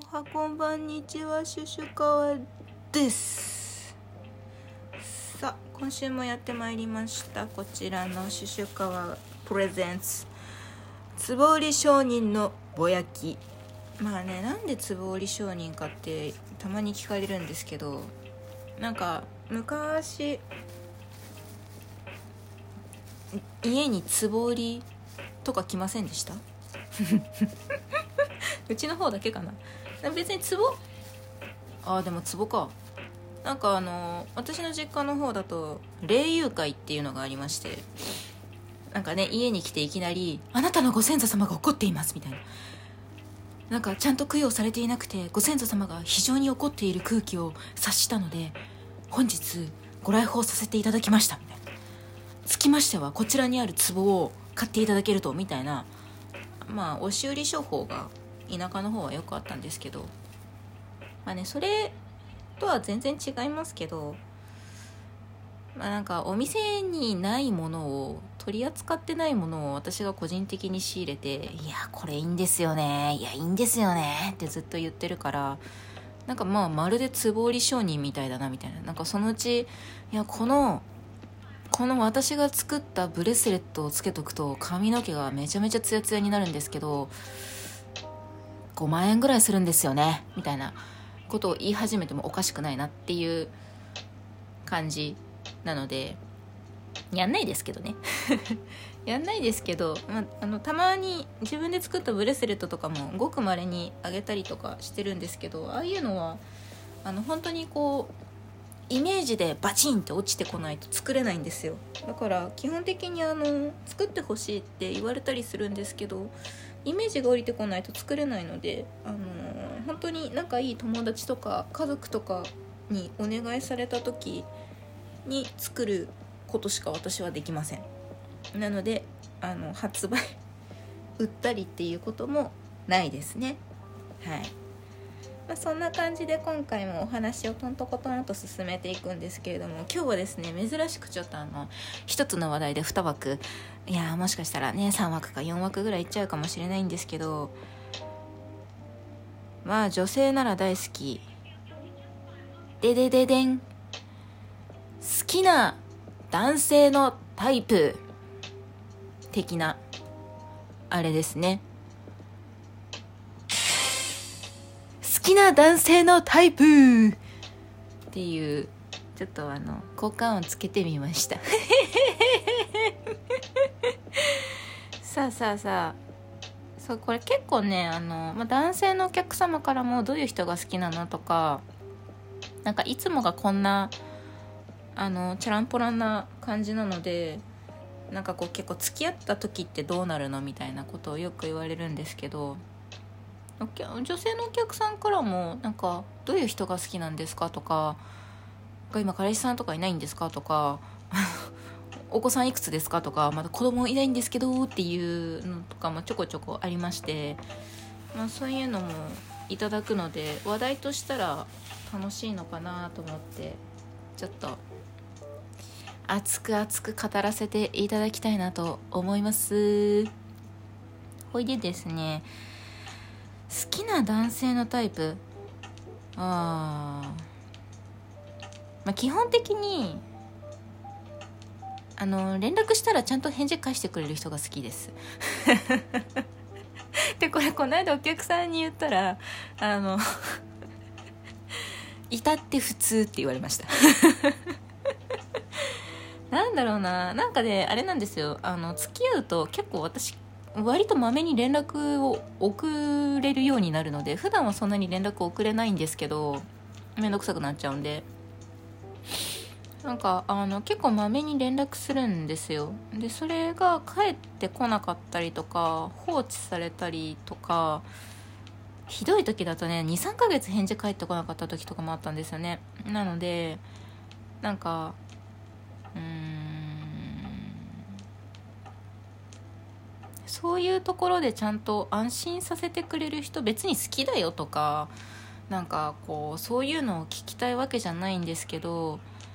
おはこんばんにちは、シュシュカワです。さあ、今週もやってまいりました。こちらのシュシュカワプレゼンツつぼ売り商人のぼやき。まあね、なんでつぼ売り商人かってたまに聞かれるんですけど、なんか昔家につぼ売りとか来ませんでしたうちの方だけかな。別に壺、でも壺か。なんか私の実家の方だと霊友会っていうのがありまして、なんかね、家に来ていきなりあなたのご先祖様が怒っていますみたいな、なんかちゃんと供養されていなくてご先祖様が非常に怒っている空気を察したので本日ご来訪させていただきましたみたいな、つきましてはこちらにある壺を買っていただけるとみたいな、まあ押し売り商法が田舎の方はよくあったんですけど、まあね、それとは全然違いますけど、まあなんかお店にないものを、取り扱ってないものを私が個人的に仕入れて、いやこれいいんですよね、いやいいんですよねってずっと言ってるから、なんかまあまるでつぼ売り商人みたいだなみたいな、なんかそのうち、いやこの私が作ったブレスレットをつけとくと髪の毛がめちゃめちゃツヤツヤになるんですけど5万円ぐらいするんですよねみたいなことを言い始めてもおかしくないなっていう感じなので、やんないですけどねやんないですけど、たまに自分で作ったブレスレットとかもごく稀にあげたりとかしてるんですけど、ああいうのは本当にこうイメージでバチンって落ちてこないと作れないんですよ。だから基本的に作ってほしいって言われたりするんですけど、イメージが降りてこないと作れないので、本当に仲いい友達とか家族とかにお願いされた時に作ることしか私はできません。なので発売売ったりっていうこともないですね。はい。そんな感じで今回もお話をトントコトンと進めていくんですけれども、今日はですね、珍しくちょっと一つの話題で2枠、いやもしかしたらね3枠か4枠ぐらいいっちゃうかもしれないんですけど、まあ女性なら大好きででででん、好きな男性のタイプ的なあれですね。好きな男性のタイプっていう、ちょっと効果音つけてみましたさあそう、これ結構ね男性のお客様からもどういう人が好きなのとか、なんかいつもがこんなチャランポランな感じなので、なんかこう結構付き合った時ってどうなるのみたいなことをよく言われるんですけど、女性のお客さんからもなんかどういう人が好きなんですかとか、今彼氏さんとかいないんですかとかお子さんいくつですかとか、まだ子供いないんですけどっていうのとかもちょこちょこありまして、そういうのもいただくので話題としたら楽しいのかなと思って、ちょっと熱く語らせていただきたいなと思います。ほいでですね、好きな男性のタイプ、基本的に連絡したらちゃんと返事返してくれる人が好きですでこれこの間お客さんに言ったら至って普通って言われましたなんだろうな、なんかねあれなんですよ、付き合うと結構私割とまめに連絡を送れるようになるので、普段はそんなに連絡送れないんですけど、めんどくさくなっちゃうんで、なんか結構まめに連絡するんですよ。でそれが返ってこなかったりとか放置されたりとか、ひどい時だとね 2,3 ヶ月返事返ってこなかった時とかもあったんですよね。なのでなんかそういうところでちゃんと安心させてくれる人、別に好きだよとかなんかこうそういうのを聞きたいわけじゃないんですけど、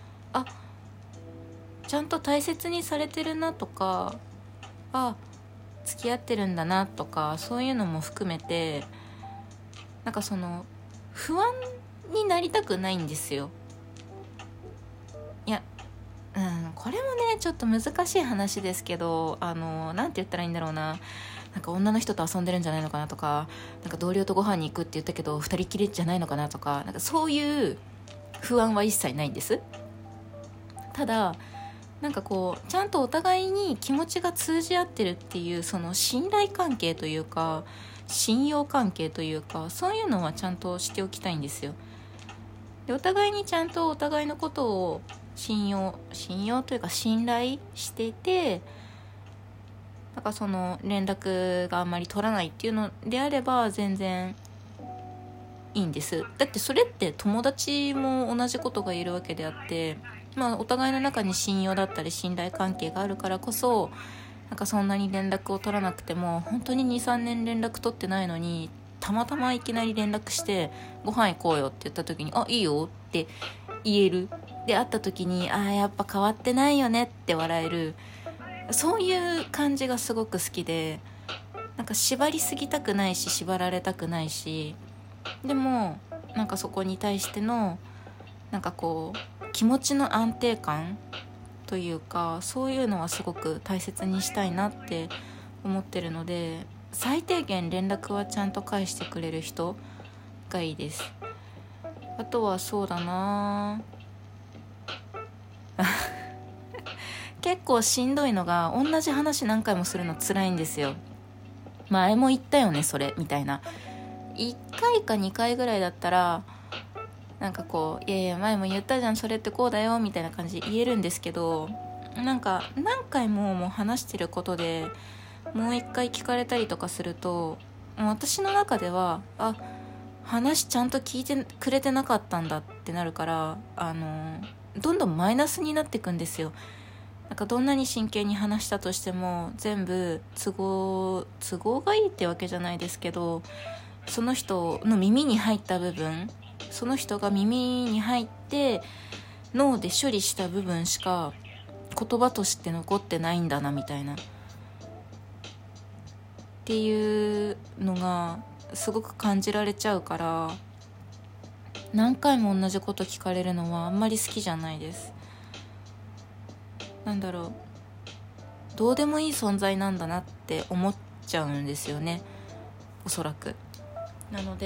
ちゃんと大切にされてるなとか、付き合ってるんだなとか、そういうのも含めてなんかその不安になりたくないんですよ。いや、これもねちょっと難しい話ですけど、なんて言ったらいいんだろうな、なんか女の人と遊んでるんじゃないのかなとか、なんか同僚とご飯に行くって言ったけど二人きりじゃないのかなとか、なんかそういう不安は一切ないんです。ただなんかこうちゃんとお互いに気持ちが通じ合ってるっていう、その信頼関係というか信用関係というか、そういうのはちゃんとしておきたいんですよ。でお互いにちゃんとお互いのことを信用というか信頼していて、なんかその連絡があんまり取らないっていうのであれば全然いいんです。だってそれって友達も同じことが言えるわけであって、お互いの中に信用だったり信頼関係があるからこそ、なんかそんなに連絡を取らなくても、本当に 2,3 年連絡取ってないのにたまたまいきなり連絡してご飯行こうよって言った時に、あ、いいよって言える。で会った時に、やっぱ変わってないよねって笑える。そういう感じがすごく好きで、なんか縛りすぎたくないし縛られたくないし、でもなんかそこに対してのなんかこう気持ちの安定感というか、そういうのはすごく大切にしたいなって思ってるので、最低限連絡はちゃんと返してくれる人がいいです。あとはそうだな結構しんどいのが、同じ話何回もするの辛いんですよ。前も言ったよねそれみたいな、1回か2回ぐらいだったらなんかこう、いやいや前も言ったじゃんそれってこうだよみたいな感じで言えるんですけど、なんか何回もう話してることでもう1回聞かれたりとかすると、もう私の中では話ちゃんと聞いてくれてなかったんだってなるから、どんどんマイナスになっていくんですよ。なんかどんなに真剣に話したとしても全部都合がいいってわけじゃないですけど、その人の耳に入った部分、その人が耳に入って脳で処理した部分しか言葉として残ってないんだなみたいなっていうのがすごく感じられちゃうから、何回も同じこと聞かれるのはあんまり好きじゃないです。なんだろう、どうでもいい存在なんだなって思っちゃうんですよね、おそらく。なの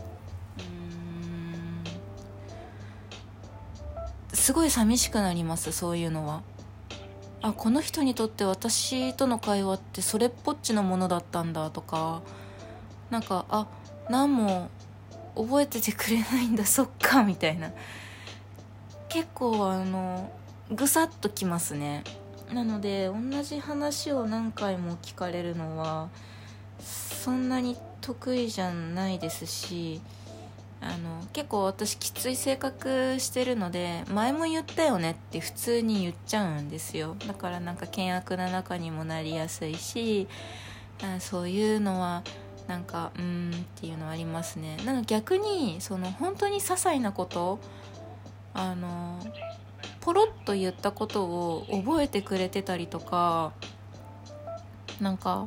ですごい寂しくなります、そういうのは。この人にとって私との会話ってそれっぽっちのものだったんだとか、なんか何も覚えててくれないんだそっかみたいな、結構ぐさっときますね。なので同じ話を何回も聞かれるのはそんなに得意じゃないですし、結構私きつい性格してるので、前も言ったよねって普通に言っちゃうんですよ。だからなんか険悪な仲にもなりやすいし、そういうのはなんかっていうのはありますね。なので逆にその本当に些細なこと、ポロッと言ったことを覚えてくれてたりとか、なんか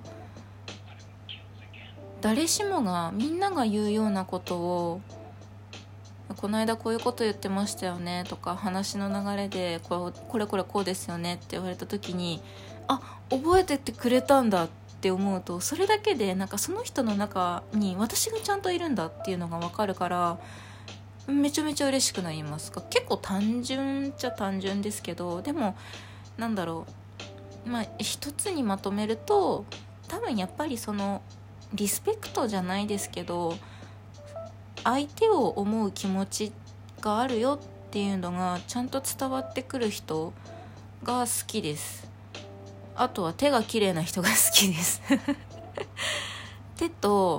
誰しもがみんなが言うようなことを、この間こういうこと言ってましたよねとか、話の流れでこれこうですよねって言われた時に、覚えててくれたんだって思うと、それだけでなんかその人の中に私がちゃんといるんだっていうのが分かるから、めちゃめちゃ嬉しくなりますか。結構単純っちゃ単純ですけど、でもなんだろう、一つにまとめると、多分やっぱりそのリスペクトじゃないですけど、相手を思う気持ちがあるよっていうのがちゃんと伝わってくる人が好きです。あとは手が綺麗な人が好きです手と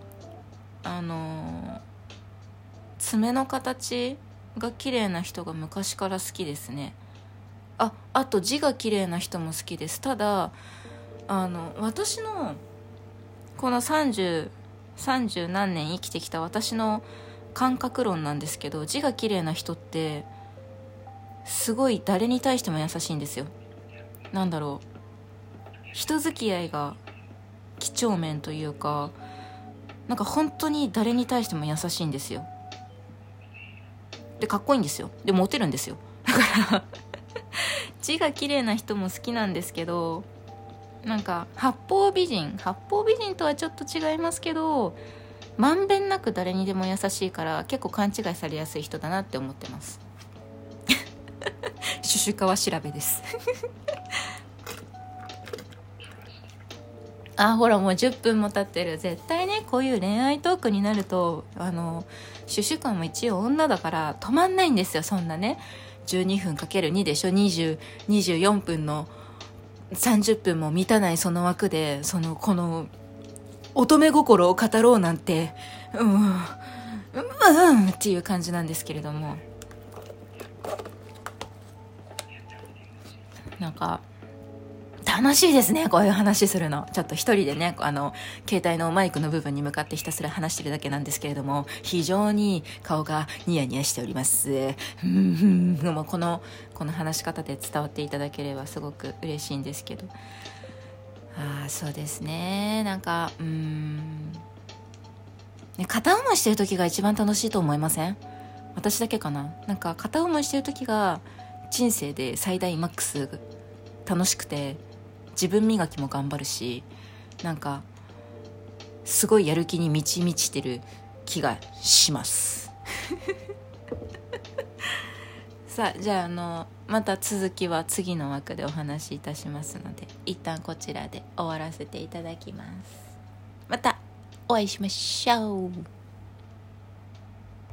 爪の形が綺麗な人が昔から好きですね。あと字が綺麗な人も好きです。ただ私のこの30何年生きてきた私の感覚論なんですけど、字が綺麗な人ってすごい誰に対しても優しいんですよ。なんだろう、人付き合いが几帳面というか、 なんか本当に誰に対しても優しいんですよ。でかっこいいんですよ。でモテるんですよ。だから字が綺麗な人も好きなんですけど、なんか八方美人とはちょっと違いますけど、まんべんなく誰にでも優しいから結構勘違いされやすい人だなって思ってます。シュシュカワ調べですあ、ほらもう10分も経ってる。絶対ね、こういう恋愛トークになるとシュシュカも一応女だから止まんないんですよ。そんなね、12分 ×2 でしょ、24分の30分も満たないその枠でこの乙女心を語ろうなんてっていう感じなんですけれども、なんか楽しいですね、こういう話するの。ちょっと一人でね、携帯のマイクの部分に向かってひたすら話してるだけなんですけれども、非常に顔がニヤニヤしております。もうこの話し方で伝わっていただければすごく嬉しいんですけど、そうですね、なんか片思いしてる時が一番楽しいと思いません？私だけかな。なんか片思いしてる時が人生で最大マックス楽しくて、自分磨きも頑張るし、なんかすごいやる気に満ち満ちてる気がしますさあ、じゃあまた続きは次の枠でお話しいたしますので、一旦こちらで終わらせていただきます。またお会いしましょう。